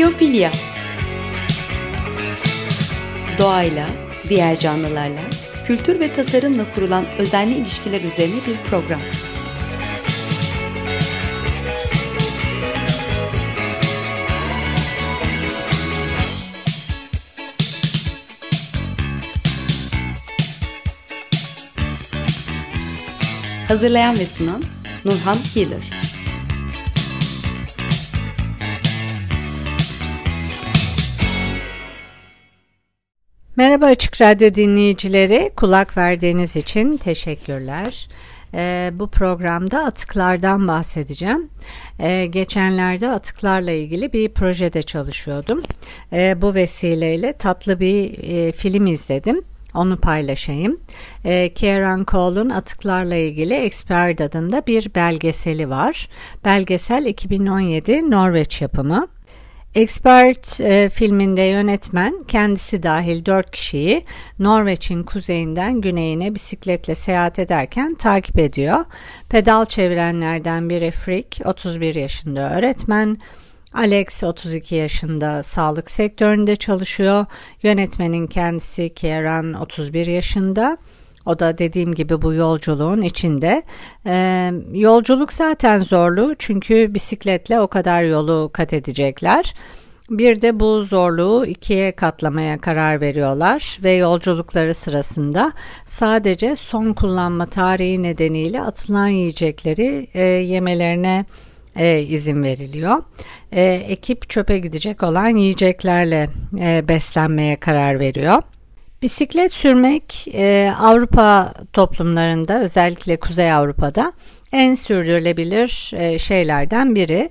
Biyofilya. Doğayla, diğer canlılarla, kültür ve tasarımla kurulan özenli ilişkiler üzerine bir program. Hazırlayan ve sunan Nurhan Healer. Merhaba Açık Radyo dinleyicileri, kulak verdiğiniz için teşekkürler. Bu programda atıklardan bahsedeceğim. Geçenlerde atıklarla ilgili bir projede çalışıyordum. Bu vesileyle tatlı bir film izledim. Onu paylaşayım. Kieran Cole'un atıklarla ilgili Expert adında bir belgeseli var. Belgesel 2017 Norveç yapımı. Expert filminde yönetmen kendisi dahil 4 kişiyi Norveç'in kuzeyinden güneyine bisikletle seyahat ederken takip ediyor. Pedal çevirenlerden biri Frick, 31 yaşında öğretmen. Alex 32 yaşında sağlık sektöründe çalışıyor. Yönetmenin kendisi Kieran 31 yaşında. O da dediğim gibi bu yolculuğun içinde. Yolculuk zaten zorlu çünkü bisikletle o kadar yolu kat edecekler. Bir de bu zorluğu 2'ye katlamaya karar veriyorlar ve yolculukları sırasında sadece son kullanma tarihi nedeniyle atılan yiyecekleri yemelerine izin veriliyor. Ekip çöpe gidecek olan yiyeceklerle beslenmeye karar veriyor. Bisiklet sürmek Avrupa toplumlarında, özellikle Kuzey Avrupa'da en sürdürülebilir şeylerden biri.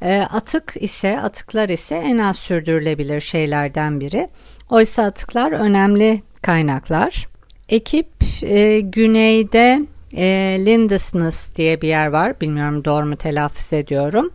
Atıklar ise en az sürdürülebilir şeylerden biri. Oysa atıklar önemli kaynaklar. Ekip güneyde Lindesnes diye bir yer var. Bilmiyorum doğru mu telaffuz ediyorum.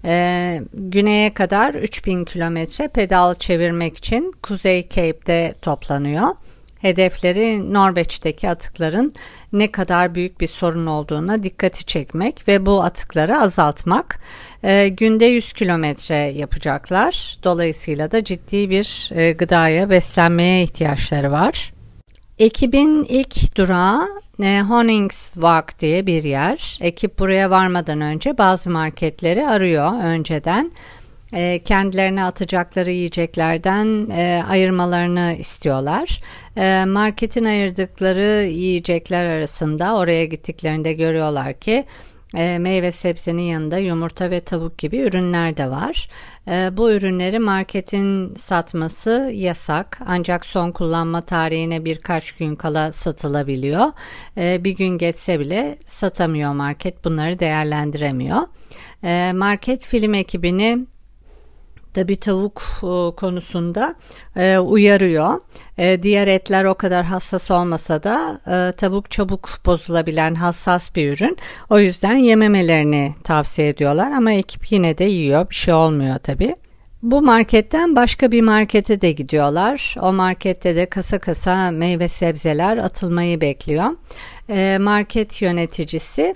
Güneye kadar 3000 kilometre pedal çevirmek için Kuzey Cape'de toplanıyor. Hedefleri Norveç'teki atıkların ne kadar büyük bir sorun olduğuna dikkati çekmek ve bu atıkları azaltmak. Günde 100 kilometre yapacaklar. Dolayısıyla da ciddi bir gıdaya, beslenmeye ihtiyaçları var. Ekibin ilk durağı Honningsvåg diye bir yer. Ekip buraya varmadan önce bazı marketleri arıyor önceden. Kendilerine atacakları yiyeceklerden ayırmalarını istiyorlar. Marketin ayırdıkları yiyecekler arasında oraya gittiklerinde görüyorlar ki meyve sebzenin yanında yumurta ve tavuk gibi ürünler de var. Bu ürünleri marketin satması yasak, ancak son kullanma tarihine birkaç gün kala satılabiliyor. Bir gün geçse bile satamıyor market, bunları değerlendiremiyor. Market film ekibini tabii tavuk konusunda uyarıyor. Diğer etler o kadar hassas olmasa da tavuk çabuk bozulabilen hassas bir ürün. O yüzden yememelerini tavsiye ediyorlar ama ekip yine de yiyor. Bir şey olmuyor tabii. Bu marketten başka bir markete de gidiyorlar. O markette de kasa kasa meyve sebzeler atılmayı bekliyor. Market yöneticisi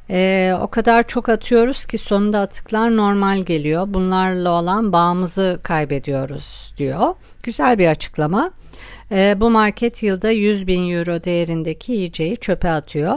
o kadar çok atıyoruz ki sonunda atıklar normal geliyor. Bunlarla olan bağımızı kaybediyoruz diyor. Güzel bir açıklama. Bu market yılda 100.000 euro değerindeki yiyeceği çöpe atıyor.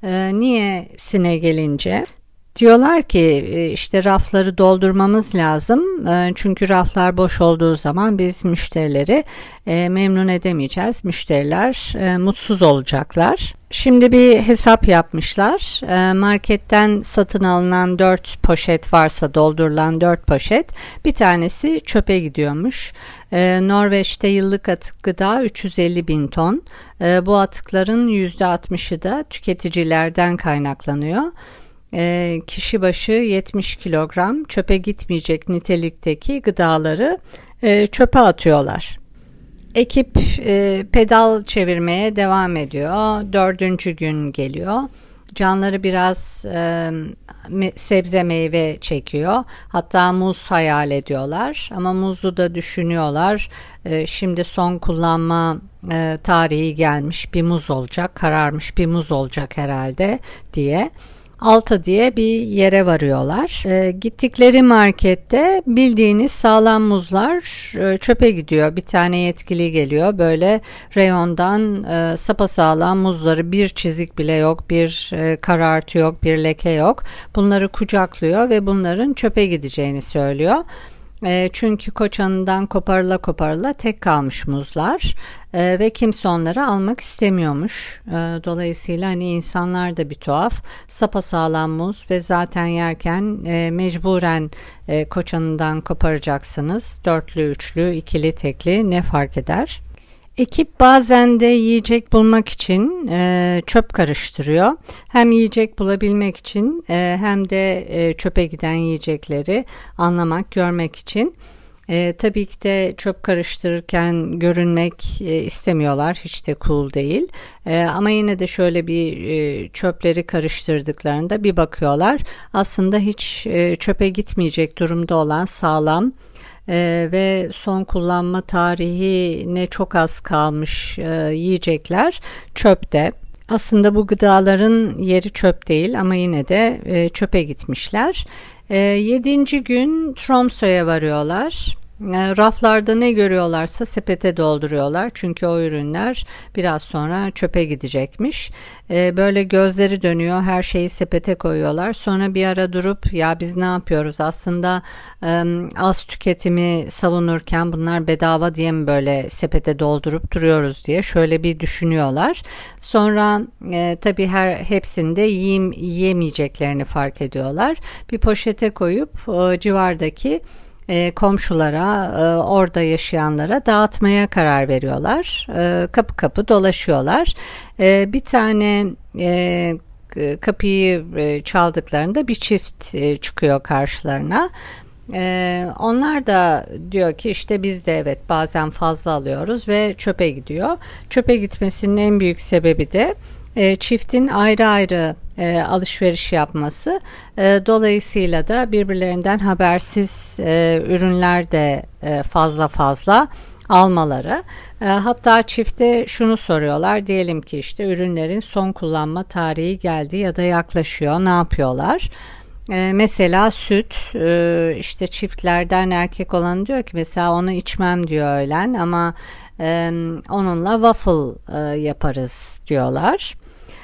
Niyesine gelince diyorlar ki işte rafları doldurmamız lazım. Çünkü raflar boş olduğu zaman biz müşterileri memnun edemeyeceğiz. Müşteriler mutsuz olacaklar. Şimdi bir hesap yapmışlar. Marketten satın alınan 4 poşet varsa, doldurulan 4 poşet, bir tanesi çöpe gidiyormuş. Norveç'te yıllık atık gıda 350.000 ton. Bu atıkların %60'ı da tüketicilerden kaynaklanıyor. Kişi başı 70 kilogram çöpe gitmeyecek nitelikteki gıdaları çöpe atıyorlar. Ekip pedal çevirmeye devam ediyor. 4. gün geliyor. Canları biraz sebze meyve çekiyor. Hatta muz hayal ediyorlar. Ama muzu da düşünüyorlar. Şimdi son kullanma tarihi gelmiş, bir muz olacak, kararmış bir muz olacak herhalde diye. Alta diye bir yere varıyorlar. Gittikleri markette bildiğiniz sağlam muzlar çöpe gidiyor. Bir tane yetkili geliyor, böyle reyondan sapasağlam muzları, bir çizik bile yok, bir karartı yok, bir leke yok. Bunları kucaklıyor ve bunların çöpe gideceğini söylüyor. Çünkü koçanından koparıla koparıla tek kalmış muzlar ve kimse onları almak istemiyormuş. Dolayısıyla hani insanlar da bir tuhaf, sapasağlam muz ve zaten yerken mecburen koçanından koparacaksınız. Dörtlü, üçlü, ikili, tekli ne fark eder? Ekip bazen de yiyecek bulmak için çöp karıştırıyor. Hem yiyecek bulabilmek için hem de çöpe giden yiyecekleri anlamak, görmek için. Tabii ki de çöp karıştırırken görünmek istemiyorlar. Hiç de cool değil. Ama yine de şöyle bir çöpleri karıştırdıklarında bir bakıyorlar. Aslında hiç çöpe gitmeyecek durumda olan sağlam ve son kullanma tarihine çok az kalmış yiyecekler çöpte. Aslında bu gıdaların yeri çöp değil ama yine de çöpe gitmişler. 7. gün Tromsø'ya varıyorlar. Raflarda ne görüyorlarsa sepete dolduruyorlar. Çünkü o ürünler biraz sonra çöpe gidecekmiş. Böyle gözleri dönüyor, her şeyi sepete koyuyorlar. Sonra bir ara durup ya biz ne yapıyoruz? Aslında az tüketimi savunurken bunlar bedava diye mi böyle sepete doldurup duruyoruz diye şöyle bir düşünüyorlar. Sonra tabii hepsinde yiyemeyeceklerini fark ediyorlar. Bir poşete koyup civardaki komşulara, orada yaşayanlara dağıtmaya karar veriyorlar. Kapı kapı dolaşıyorlar. Bir tane kapıyı çaldıklarında bir çift çıkıyor karşılarına. Onlar da diyor ki işte biz de evet bazen fazla alıyoruz ve çöpe gidiyor. Çöpe gitmesinin en büyük sebebi de çiftin ayrı ayrı alışveriş yapması, dolayısıyla da birbirlerinden habersiz ürünler de fazla almaları. Hatta çifte şunu soruyorlar, diyelim ki işte ürünlerin son kullanma tarihi geldi ya da yaklaşıyor, ne yapıyorlar? Mesela süt, işte çiftlerden erkek olan diyor ki mesela onu içmem diyor öğlen ama onunla waffle yaparız diyorlar.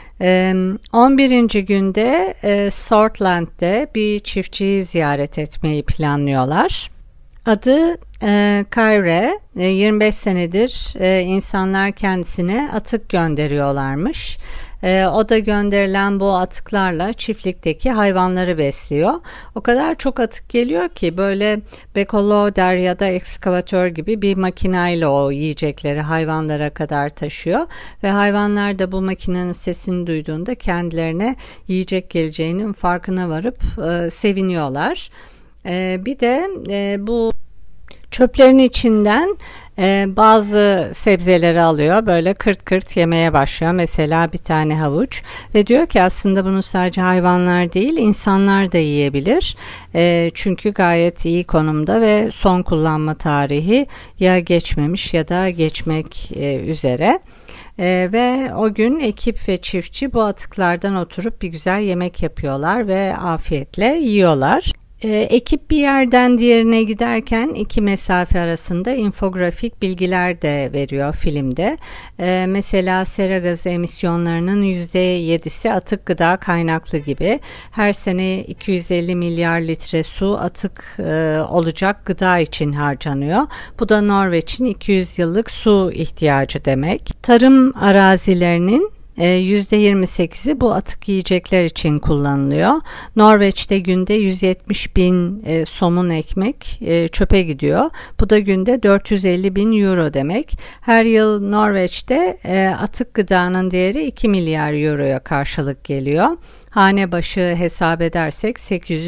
11. günde Sortland'de bir çiftçiyi ziyaret etmeyi planlıyorlar. Adı Kayre. 25 senedir insanlar kendisine atık gönderiyorlarmış. O da gönderilen bu atıklarla çiftlikteki hayvanları besliyor. O kadar çok atık geliyor ki böyle bekoloder ya da ekskavatör gibi bir makineyle o yiyecekleri hayvanlara kadar taşıyor. Ve hayvanlar da bu makinenin sesini duyduğunda kendilerine yiyecek geleceğinin farkına varıp seviniyorlar. Bir de bu çöplerin içinden bazı sebzeleri alıyor, böyle kırt kırt yemeye başlıyor. Mesela bir tane havuç ve diyor ki aslında bunu sadece hayvanlar değil insanlar da yiyebilir. Çünkü gayet iyi konumda ve son kullanma tarihi ya geçmemiş ya da geçmek üzere. Ve o gün ekip ve çiftçi bu atıklardan oturup bir güzel yemek yapıyorlar ve afiyetle yiyorlar. Ekip bir yerden diğerine giderken iki mesafe arasında infografik bilgiler de veriyor filmde. Mesela sera gazı emisyonlarının %7'si atık gıda kaynaklı gibi. Her sene 250 milyar litre su atık olacak gıda için harcanıyor. Bu da Norveç'in 200 yıllık su ihtiyacı demek. Tarım arazilerinin %28'i bu atık yiyecekler için kullanılıyor. Norveç'te günde 170 bin somun ekmek çöpe gidiyor. Bu da günde 450 bin euro demek. Her yıl Norveç'te atık gıdanın değeri 2 milyar euroya karşılık geliyor. Hane başı hesap edersek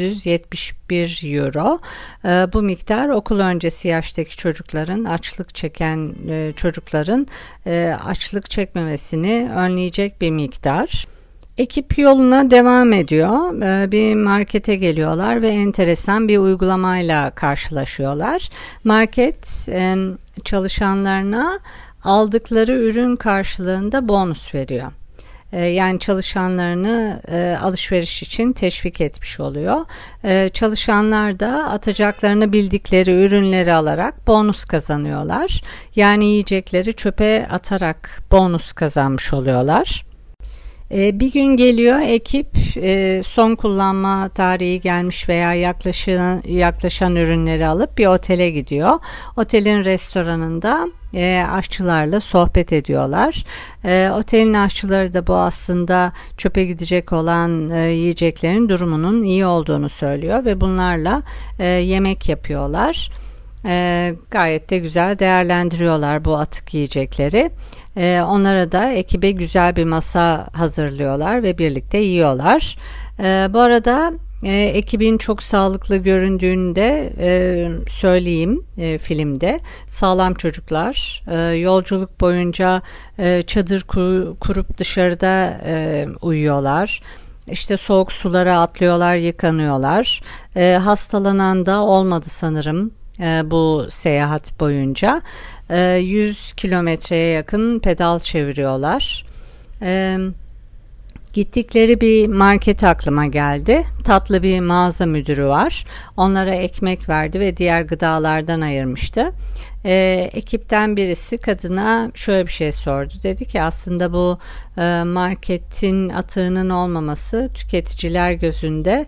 871 euro. Bu miktar okul öncesi yaştaki çocukların, açlık çeken çocukların açlık çekmemesini önleyecek bir miktar. Ekip yoluna devam ediyor. Bir markete geliyorlar ve enteresan bir uygulamayla karşılaşıyorlar. Market çalışanlarına aldıkları ürün karşılığında bonus veriyor. Yani çalışanlarını alışveriş için teşvik etmiş oluyor. Çalışanlar da atacaklarını bildikleri ürünleri alarak bonus kazanıyorlar. Yani yiyecekleri çöpe atarak bonus kazanmış oluyorlar. Bir gün geliyor, ekip son kullanma tarihi gelmiş veya yaklaşan ürünleri alıp bir otele gidiyor. Otelin restoranında aşçılarla sohbet ediyorlar. Otelin aşçıları da bu aslında çöpe gidecek olan yiyeceklerin durumunun iyi olduğunu söylüyor ve bunlarla yemek yapıyorlar. Gayet de güzel değerlendiriyorlar bu atık yiyecekleri. Onlara da ekibe güzel bir masa hazırlıyorlar ve birlikte yiyorlar. Bu arada ekibin çok sağlıklı göründüğünü de söyleyeyim filmde. Sağlam çocuklar yolculuk boyunca çadır kurup dışarıda uyuyorlar. İşte soğuk sulara atlıyorlar, yıkanıyorlar. Hastalanan da olmadı sanırım. Bu seyahat boyunca 100 kilometreye yakın pedal çeviriyorlar. Gittikleri bir market aklıma geldi. Tatlı bir mağaza müdürü var. Onlara ekmek verdi ve diğer gıdalardan ayırmıştı. Ekipten birisi kadına şöyle bir şey sordu. Dedi ki aslında bu marketin atığının olmaması tüketiciler gözünde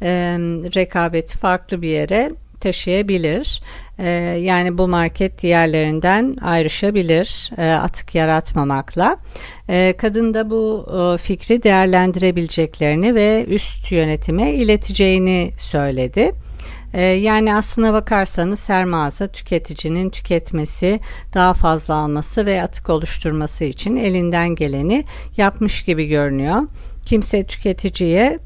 rekabeti farklı bir yere taşıyabilir. Yani bu market diğerlerinden ayrışabilir atık yaratmamakla. Kadın da bu fikri değerlendirebileceklerini ve üst yönetime ileteceğini söyledi. Yani aslına bakarsanız her mağaza tüketicinin tüketmesi, daha fazla alması ve atık oluşturması için elinden geleni yapmış gibi görünüyor. Kimse tüketiciye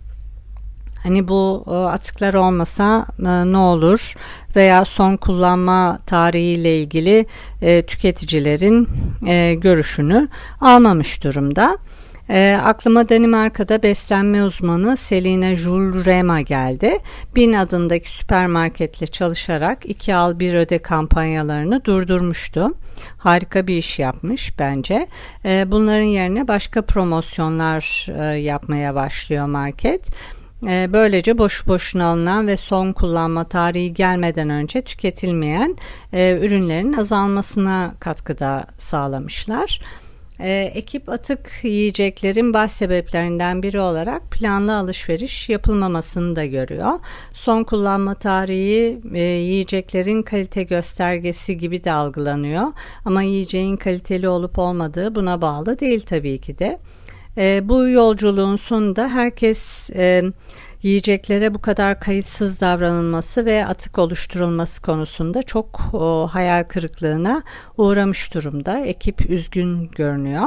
hani bu atıklar olmasa ne olur veya son kullanma tarihiyle ilgili tüketicilerin görüşünü almamış durumda. Aklıma Danimarka'da beslenme uzmanı Selina Julrema geldi. Bin adındaki süpermarketle çalışarak 2 al 1 öde kampanyalarını durdurmuştu. Harika bir iş yapmış bence. Bunların yerine başka promosyonlar yapmaya başlıyor market. Böylece boşu boşuna alınan ve son kullanma tarihi gelmeden önce tüketilmeyen ürünlerin azalmasına katkıda sağlamışlar. Ekip atık yiyeceklerin baş sebeplerinden biri olarak planlı alışveriş yapılmamasını da görüyor. Son kullanma tarihi yiyeceklerin kalite göstergesi gibi de algılanıyor. Ama yiyeceğin kaliteli olup olmadığı buna bağlı değil tabii ki de. Bu yolculuğun sonunda herkes yiyeceklere bu kadar kayıtsız davranılması ve atık oluşturulması konusunda çok hayal kırıklığına uğramış durumda. Ekip üzgün görünüyor.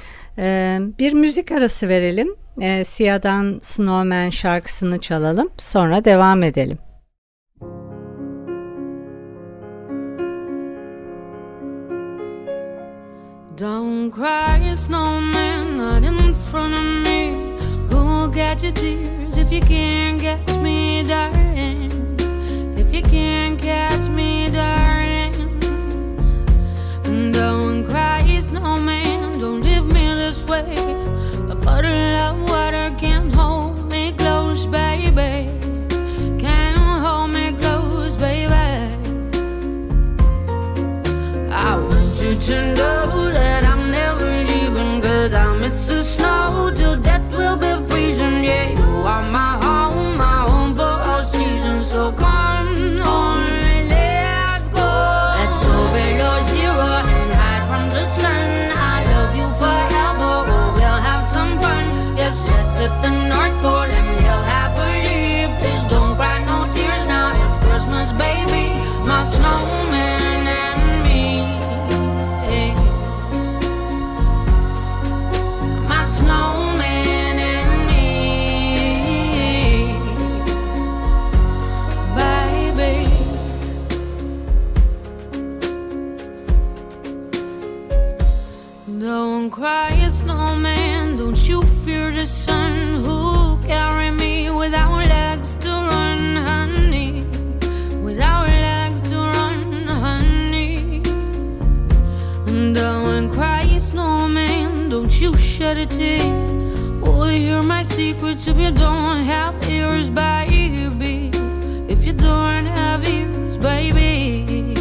Bir müzik arası verelim. Sia'dan Snowman şarkısını çalalım. Sonra devam edelim. Don't cry, snowman, not in front of me. Who'll get your tears if you can't catch me, darling? If you can't catch me, darling. Don't cry, snowman, don't leave me this way. A bottle of water can't hold me close, baby. Can't hold me close, baby. I want you to know that I'm never leaving, 'cause I miss the snow till death will be freezing. Yeah, you are my home for all seasons. So come on, let's go. Let's go below zero and hide from the sun. I love you forever, oh, we'll have some fun. Yes, let's hit the North Pole and live happily. Please don't cry no tears now, it's Christmas, baby. My snowman and me. My snowman and me, baby. Don't cry, snowman, don't you fear the sun. Who'll carry me without legs to run, honey? Without legs to run, honey. Don't cry, snowman, don't you shed a tear. will hear my secrets if you don't have ears, baby. If you don't have ears, baby.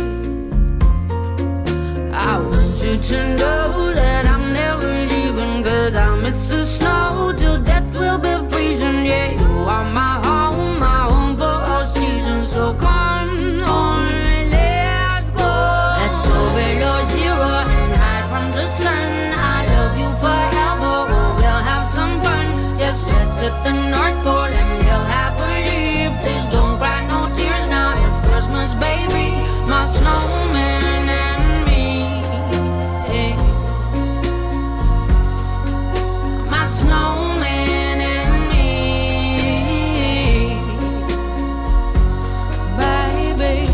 I want you to know that I'm never leaving, 'cause I miss the snow till death will be freezing. Yeah, you are my home for all seasons. So come on, let's go. Let's go below zero and hide from the sun. I love you forever, oh, we'll have some fun. Yes, let's hit the North Pole and live happily. Please don't cry no tears now, it's Christmas, baby. My snowman and me, yeah. My snowman and me, baby.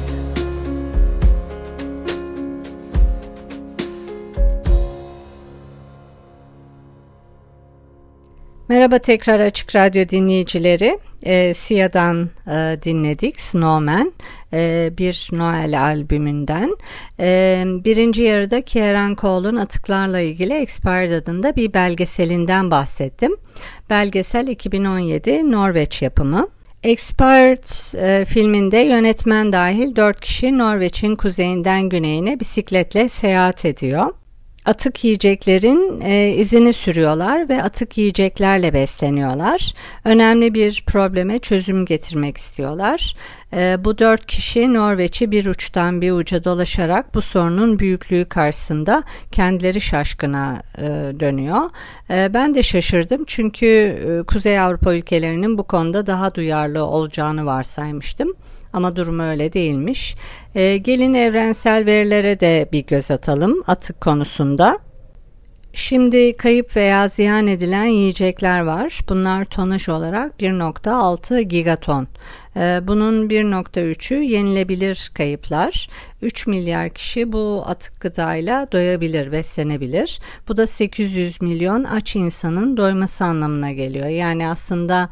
Merhaba tekrar Açık Radyo dinleyicileri. Sia'dan dinledik Snowman, bir Noel albümünden. Birinci yarıda Kieran Cole'un atıklarla ilgili Expired adında bir belgeselinden bahsettim. Belgesel 2017 Norveç yapımı. Expired filminde yönetmen dahil 4 kişi Norveç'in kuzeyinden güneyine bisikletle seyahat ediyor. Atık yiyeceklerin izini sürüyorlar ve atık yiyeceklerle besleniyorlar. Önemli bir probleme çözüm getirmek istiyorlar. Bu 4 kişi Norveç'i bir uçtan bir uca dolaşarak bu sorunun büyüklüğü karşısında kendileri şaşkına dönüyor. Ben de şaşırdım çünkü Kuzey Avrupa ülkelerinin bu konuda daha duyarlı olacağını varsaymıştım. Ama durum öyle değilmiş. Gelin evrensel verilere de bir göz atalım atık konusunda. Şimdi kayıp veya ziyan edilen yiyecekler var. Bunlar tonaj olarak 1.6 gigaton. Bunun 1.3'ü yenilebilir kayıplar. 3 milyar kişi bu atık gıdayla doyabilir, beslenebilir. Bu da 800 milyon aç insanın doyması anlamına geliyor. Yani aslında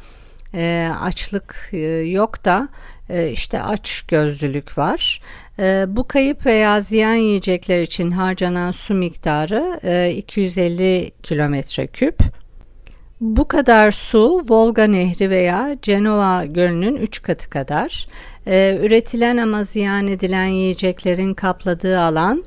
açlık yok da işte açgözlülük var. Bu kayıp veya ziyan yiyecekler için harcanan su miktarı 250 kilometre küp. Bu kadar su Volga Nehri veya Cenova Gölü'nün 3 katı kadar. Üretilen ama ziyan edilen yiyeceklerin kapladığı alan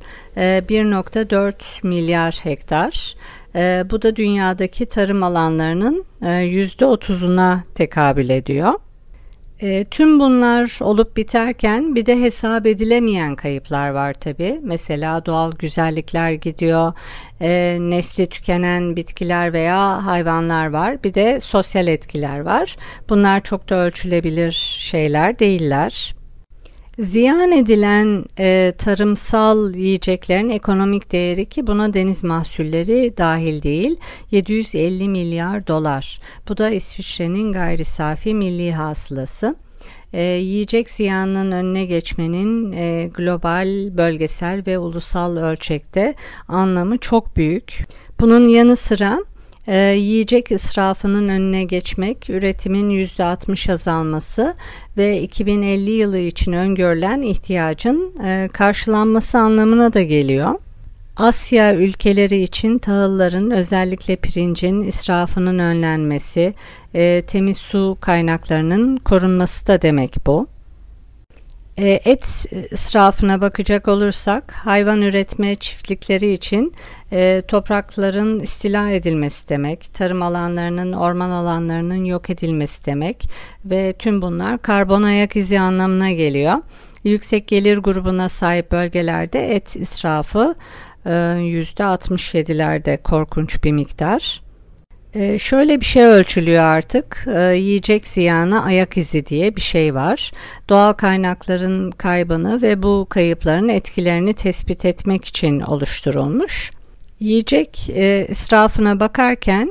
1.4 milyar hektar. Bu da dünyadaki tarım alanlarının %30'una tekabül ediyor. Tüm bunlar olup biterken bir de hesap edilemeyen kayıplar var tabii. Mesela doğal güzellikler gidiyor, nesli tükenen bitkiler veya hayvanlar var. Bir de sosyal etkiler var. Bunlar çok da ölçülebilir şeyler değiller. Ziyan edilen tarımsal yiyeceklerin ekonomik değeri, ki buna deniz mahsulleri dahil değil, 750 milyar dolar. Bu da İsviçre'nin gayri safi milli hasılası. Yiyecek ziyanının önüne geçmenin global, bölgesel ve ulusal ölçekte anlamı çok büyük. Bunun yanı sıra yiyecek israfının önüne geçmek, üretimin %60 azalması ve 2050 yılı için öngörülen ihtiyacın karşılanması anlamına da geliyor. Asya ülkeleri için tahılların, özellikle pirincin israfının önlenmesi, temiz su kaynaklarının korunması da demek bu. Et israfına bakacak olursak, hayvan üretme çiftlikleri için toprakların istila edilmesi demek, tarım alanlarının, orman alanlarının yok edilmesi demek ve tüm bunlar karbon ayak izi anlamına geliyor. Yüksek gelir grubuna sahip bölgelerde et israfı %67'lerde, korkunç bir miktar. Şöyle bir şey ölçülüyor artık, yiyecek ziyanı ayak izi diye bir şey var. Doğal kaynakların kaybını ve bu kayıpların etkilerini tespit etmek için oluşturulmuş. Yiyecek israfına bakarken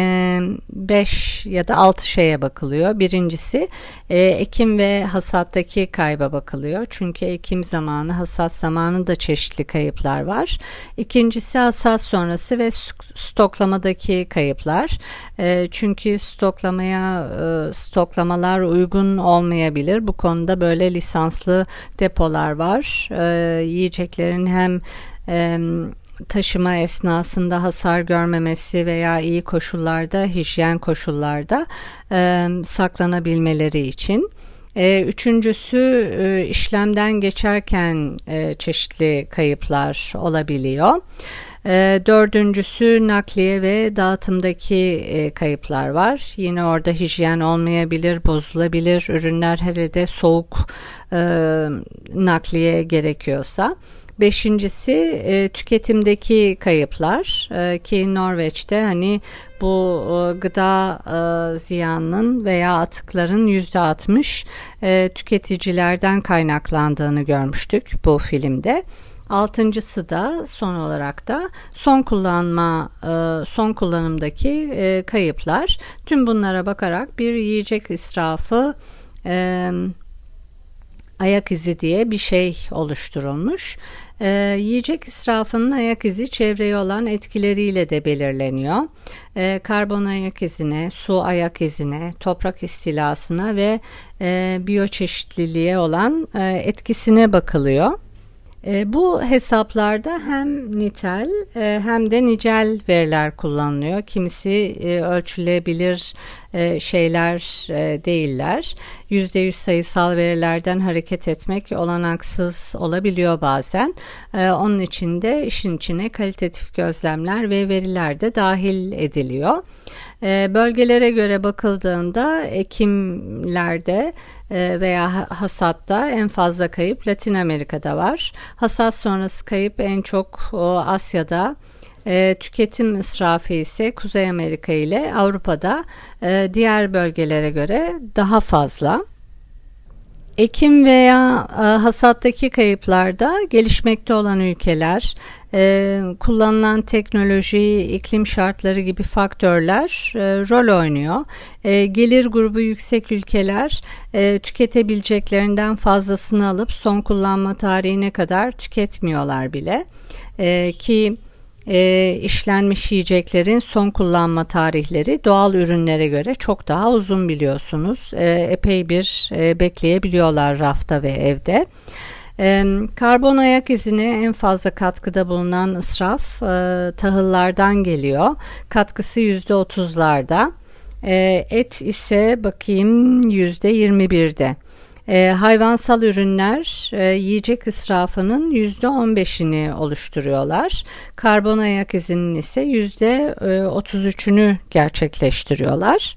5 ya da 6 şeye bakılıyor. Birincisi ekim ve hasattaki kayba bakılıyor. Çünkü ekim zamanı, hasat zamanı da çeşitli kayıplar var. İkincisi hasat sonrası ve stoklamadaki kayıplar. Çünkü stoklamalar uygun olmayabilir. Bu konuda böyle lisanslı depolar var. Yiyeceklerin hem taşıma esnasında hasar görmemesi veya iyi koşullarda, hijyen koşullarda saklanabilmeleri için. Üçüncüsü işlemden geçerken çeşitli kayıplar olabiliyor. Dördüncüsü nakliye ve dağıtımdaki kayıplar var. Yine orada hijyen olmayabilir, bozulabilir ürünler, hele de soğuk nakliye gerekiyorsa. Beşincisi tüketimdeki kayıplar ki Norveç'te hani bu gıda ziyanının veya atıkların %60 tüketicilerden kaynaklandığını görmüştük bu filmde. Altıncısı da son olarak da son kullanımdaki kayıplar. Tüm bunlara bakarak bir yiyecek israfı ayak izi diye bir şey oluşturulmuş. Yiyecek israfının ayak izi çevreye olan etkileriyle de belirleniyor. Karbon ayak izine, su ayak izine, toprak istilasına ve biyoçeşitliliğe olan etkisine bakılıyor. Bu hesaplarda hem nitel hem de nicel veriler kullanılıyor. Kimisi ölçülebilir şeyler değiller. %100 sayısal verilerden hareket etmek olanaksız olabiliyor bazen. Onun için de işin içine kalitatif gözlemler ve veriler de dahil ediliyor. Bölgelere göre bakıldığında ekimlerde veya hasatta en fazla kayıp Latin Amerika'da var. Hasat sonrası kayıp en çok Asya'da, tüketim israfı ise Kuzey Amerika ile Avrupa'da diğer bölgelere göre daha fazla. Ekim veya hasattaki kayıplarda gelişmekte olan ülkeler, kullanılan teknoloji, iklim şartları gibi faktörler rol oynuyor. Gelir grubu yüksek ülkeler tüketebileceklerinden fazlasını alıp son kullanma tarihine kadar tüketmiyorlar bile. Ki işlenmiş yiyeceklerin son kullanma tarihleri doğal ürünlere göre çok daha uzun biliyorsunuz. Epey bir bekleyebiliyorlar rafta ve evde. Karbon ayak izine en fazla katkıda bulunan israf tahıllardan geliyor. Katkısı %30'larda. Et ise bakayım %21'de. Hayvansal ürünler yiyecek israfının %15'ini oluşturuyorlar. Karbon ayak izinin ise %33'ünü gerçekleştiriyorlar.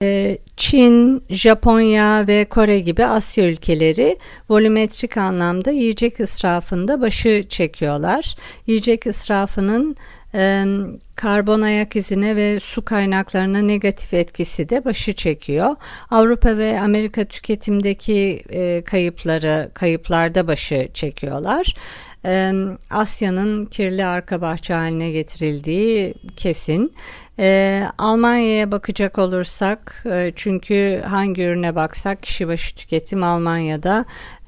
Çin, Japonya ve Kore gibi Asya ülkeleri volümetrik anlamda yiyecek israfında başı çekiyorlar. Yiyecek israfının karbon ayak izine ve su kaynaklarına negatif etkisi de başı çekiyor. Avrupa ve Amerika tüketimdeki kayıplarda başı çekiyorlar. Asya'nın kirli arka bahçe haline getirildiği kesin. Almanya'ya bakacak olursak çünkü hangi ürüne baksak kişi başı tüketim Almanya'da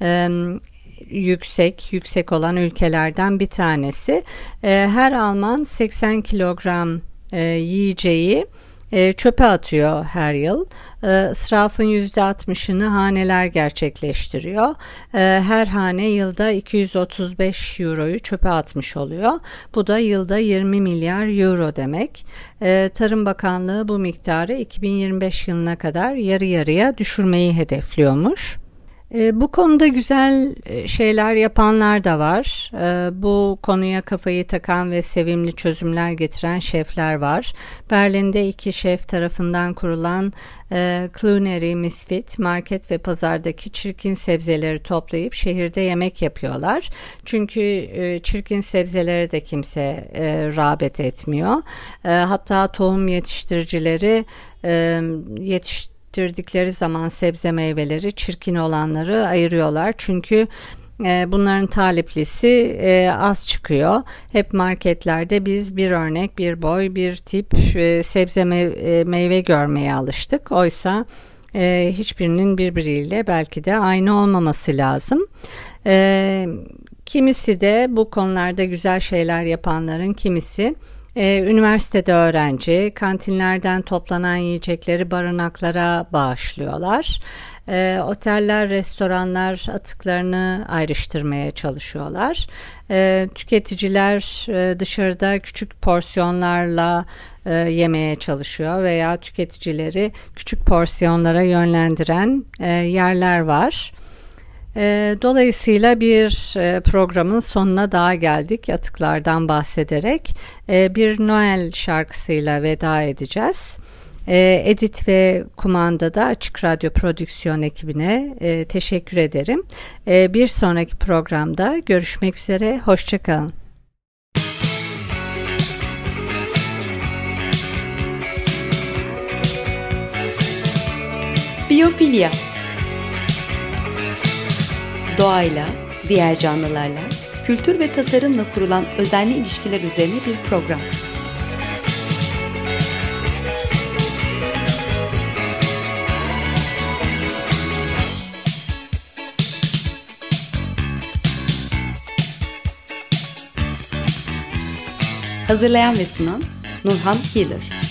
yüksek olan ülkelerden bir tanesi. Her Alman 80 kilogram yiyeceği çöpe atıyor her yıl. İsrafın %60'ını haneler gerçekleştiriyor. Her hane yılda 235 euroyu çöpe atmış oluyor. Bu da yılda 20 milyar euro demek. Tarım Bakanlığı bu miktarı 2025 yılına kadar yarı yarıya düşürmeyi hedefliyormuş. Bu konuda güzel şeyler yapanlar da var. Bu konuya kafayı takan ve sevimli çözümler getiren şefler var. Berlin'de 2 şef tarafından kurulan Culinary Misfit market ve pazardaki çirkin sebzeleri toplayıp şehirde yemek yapıyorlar. Çünkü çirkin sebzelere de kimse rağbet etmiyor. Hatta tohum yetiştiricileri yetiştirdikleri zaman sebze meyveleri çirkin olanları ayırıyorlar. Çünkü bunların taliplisi az çıkıyor. Hep marketlerde biz bir örnek, bir boy, bir tip sebze meyve görmeye alıştık. Oysa hiçbirinin birbiriyle belki de aynı olmaması lazım. Kimisi de bu konularda güzel şeyler yapanların kimisi Üniversitede öğrenci, kantinlerden toplanan yiyecekleri barınaklara bağışlıyorlar. Oteller, restoranlar atıklarını ayrıştırmaya çalışıyorlar. Tüketiciler dışarıda küçük porsiyonlarla yemeye çalışıyor veya tüketicileri küçük porsiyonlara yönlendiren yerler var. Dolayısıyla bir programın sonuna daha geldik. Atıklardan bahsederek bir Noel şarkısıyla veda edeceğiz. Edit ve kumandada Açık Radyo Prodüksiyon ekibine teşekkür ederim. Bir sonraki programda görüşmek üzere. Hoşçakalın. Biyofilya. Doğayla, diğer canlılarla, kültür ve tasarımla kurulan özenli ilişkiler üzerine bir program. Hazırlayan ve sunan Nurhan Healer.